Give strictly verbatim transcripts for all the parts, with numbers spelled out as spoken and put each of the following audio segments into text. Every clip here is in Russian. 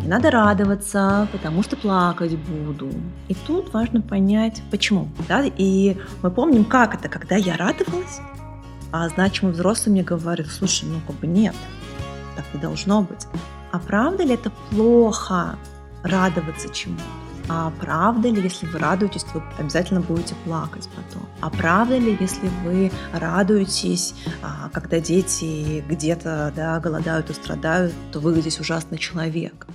Не надо радоваться, потому что плакать буду. И тут важно понять, почему. Да? И мы помним, как это, когда я радовалась, а значимый взрослый мне говорит: слушай, ну как бы нет, так не должно быть. А правда ли это плохо радоваться чему-то? А правда ли, если вы радуетесь, то вы обязательно будете плакать потом? А правда ли, если вы радуетесь, а, когда дети где-то, да, голодают и страдают, то вы здесь ужасный человек?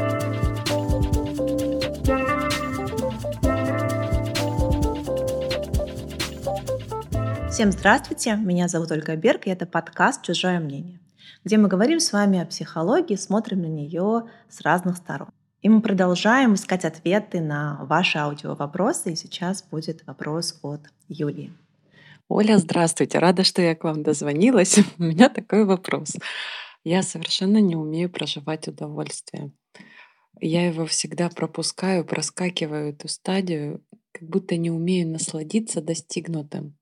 Всем здравствуйте, меня зовут Ольга Берг, и это подкаст «Чужое мнение», где мы говорим с вами о психологии, смотрим на нее с разных сторон. И мы продолжаем искать ответы на ваши аудиовопросы, и сейчас будет вопрос от Юлии. Оля, здравствуйте. Рада, что я к вам дозвонилась. У меня такой вопрос. Я совершенно не умею проживать удовольствие. Я его всегда пропускаю, проскакиваю эту стадию, как будто не умею насладиться достигнутым.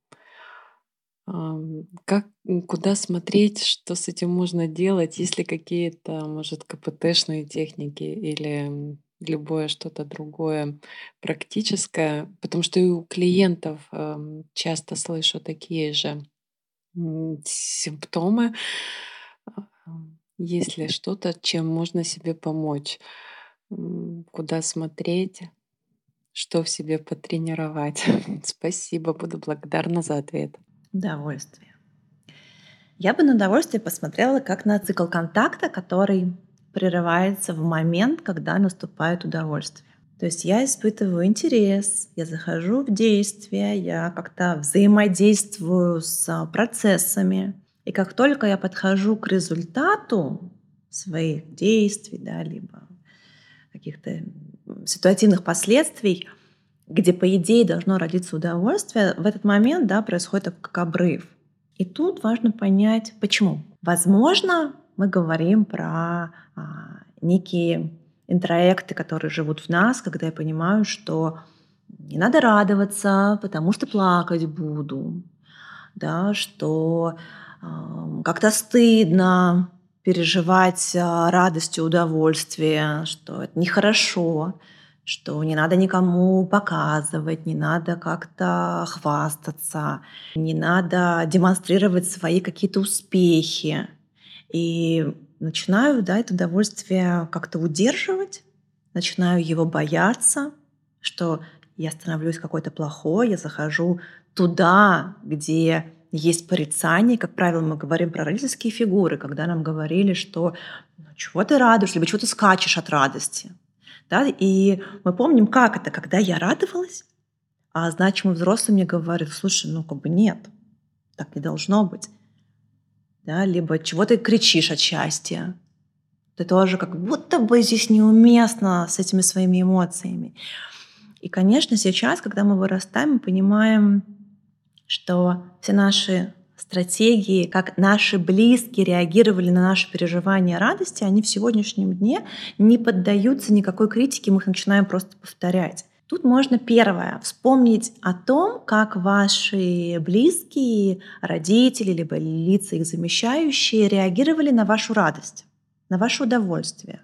Ам, Как, м, куда смотреть, что с этим можно делать, есть ли какие-то, может, КПТшные техники или м, любое что-то другое практическое, потому что и у клиентов ам, часто слышу такие же м, симптомы. А, Есть ли что-то, чем можно себе помочь? М, Куда смотреть? Что в себе потренировать? Спасибо, буду благодарна за ответ. Удовольствие. Я бы на удовольствие посмотрела как на цикл контакта, который прерывается в момент, когда наступает удовольствие. То есть я испытываю интерес, я захожу в действие, я как-то взаимодействую с процессами. И как только я подхожу к результату своих действий, да, либо каких-то м, ситуативных последствий, где, по идее, должно родиться удовольствие, в этот момент, да, происходит как обрыв. И тут важно понять, почему. Возможно, мы говорим про а, некие интроекты, которые живут в нас, когда я понимаю, что не надо радоваться, потому что плакать буду, да, что а, как-то стыдно переживать а, радость и удовольствие, что это нехорошо, что не надо никому показывать, не надо как-то хвастаться, не надо демонстрировать свои какие-то успехи. И начинаю, да, это удовольствие как-то удерживать, начинаю его бояться, что я становлюсь какой-то плохой, я захожу туда, где есть порицание. Как правило, мы говорим про родительские фигуры, когда нам говорили, что ну, чего ты радуешься, либо чего ты скачешь от радости. Да? И мы помним, как это, когда я радовалась, а значимый взрослый мне говорит: слушай, ну как бы нет, так не должно быть. Да? Либо чего ты кричишь от счастья. Ты тоже как будто бы здесь неуместно с этими своими эмоциями. И, конечно, сейчас, когда мы вырастаем, мы понимаем, что все наши стратегии, как наши близкие реагировали на наши переживания радости, они в сегодняшнем дне не поддаются никакой критике, мы их начинаем просто повторять. Тут можно первое вспомнить о том, как ваши близкие, родители, либо лица их замещающие реагировали на вашу радость, на ваше удовольствие.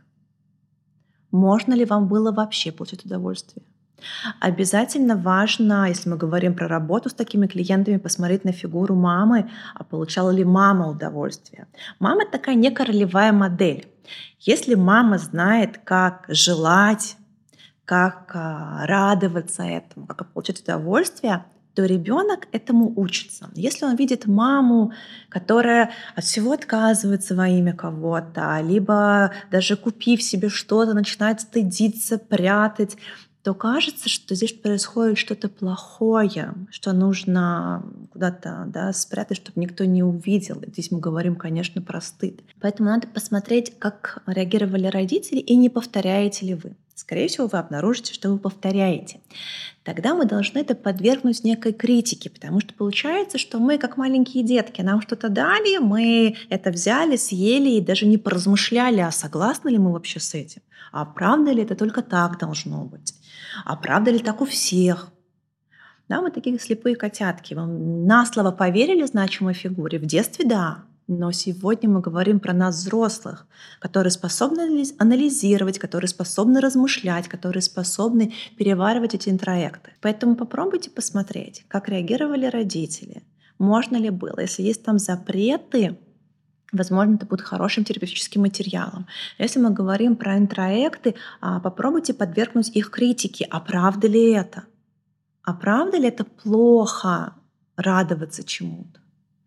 Можно ли вам было вообще получить удовольствие? Обязательно важно, если мы говорим про работу с такими клиентами, посмотреть на фигуру мамы, а получала ли мама удовольствие. Мама — это такая некая ролевая модель. Если мама знает, как желать, как а, радоваться этому, как получать удовольствие, то ребенок этому учится. Если он видит маму, которая от всего отказывается во имя кого-то, либо даже купив себе что-то, начинает стыдиться, прятать, то кажется, что здесь происходит что-то плохое, что нужно куда-то, да, спрятать, чтобы никто не увидел. И здесь мы говорим, конечно, про стыд. Поэтому надо посмотреть, как реагировали родители, и не повторяете ли вы. Скорее всего, вы обнаружите, что вы повторяете. Тогда мы должны это подвергнуть некой критике, потому что получается, что мы как маленькие детки, нам что-то дали, мы это взяли, съели и даже не поразмышляли, а согласны ли мы вообще с этим, а правда ли это только так должно быть, а правда ли так у всех. Да, мы такие слепые котятки. Вы на слово поверили значимой фигуре? В детстве — да. Но сегодня мы говорим про нас, взрослых, которые способны анализ- анализировать, которые способны размышлять, которые способны переваривать эти интроекты. Поэтому попробуйте посмотреть, как реагировали родители. Можно ли было? Если есть там запреты, возможно, это будет хорошим терапевтическим материалом. Если мы говорим про интроекты, а, попробуйте подвергнуть их критике. А правда ли это? А правда ли это плохо радоваться чему-то?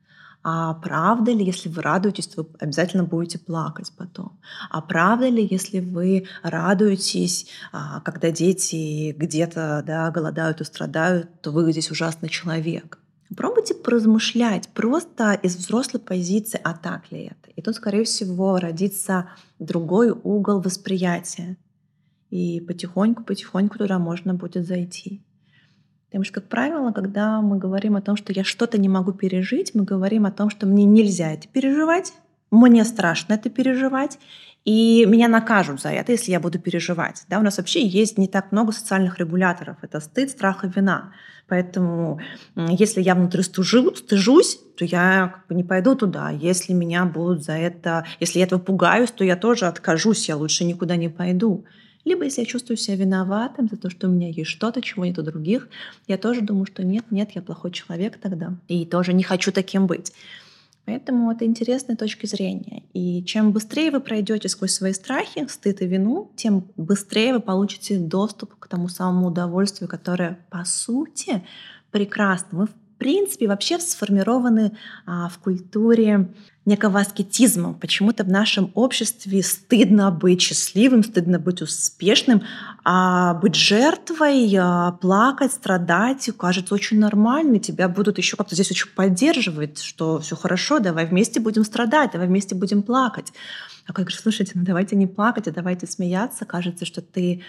А правда ли, если вы радуетесь, то вы обязательно будете плакать потом? А правда ли, если вы радуетесь, а, когда дети где-то, да, голодают и страдают, то вы здесь ужасный человек? Пробуйте поразмышлять просто из взрослой позиции, а так ли это? И тут, скорее всего, родится другой угол восприятия. И потихоньку-потихоньку туда можно будет зайти. Потому что, как правило, когда мы говорим о том, что я что-то не могу пережить, мы говорим о том, что мне нельзя это переживать, мне страшно это переживать, и меня накажут за это, если я буду переживать. Да, у нас вообще есть не так много социальных регуляторов. Это стыд, страх и вина. Поэтому м, если я внутри стужу, стыжусь, то я как бы не пойду туда. Если меня будут за это, если я этого пугаюсь, то я тоже откажусь, я лучше никуда не пойду. Либо если я чувствую себя виноватым за то, что у меня есть что-то, чего нет у других, я тоже думаю, что нет, нет, я плохой человек тогда. И тоже не хочу таким быть. Поэтому это интересные точки зрения. И чем быстрее вы пройдете сквозь свои страхи, стыд и вину, тем быстрее вы получите доступ к тому самому удовольствию, которое, по сути, прекрасно. Мы, в принципе, вообще сформированы а, в культуре некого аскетизма. Почему-то в нашем обществе стыдно быть счастливым, стыдно быть успешным, а быть жертвой, а, плакать, страдать кажется очень нормально. Тебя будут еще как-то здесь очень поддерживать, что все хорошо, давай вместе будем страдать, давай вместе будем плакать. А когда говоришь, слушайте, ну давайте не плакать, а давайте смеяться, кажется, что ты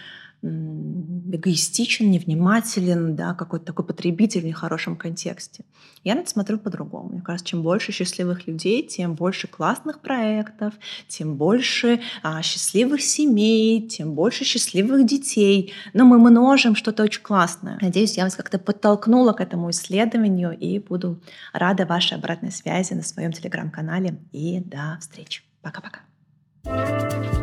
м, эгоистичен, невнимателен, да, какой-то такой потребитель в нехорошем контексте. Я на это смотрю по-другому. Мне кажется, чем больше счастливых людей, тем больше классных проектов, тем больше а, счастливых семей, тем больше счастливых детей. Но мы множим что-то очень классное. Надеюсь, я вас как-то подтолкнула к этому исследованию и буду рада вашей обратной связи на своем телеграм-канале. И до встречи. Пока-пока.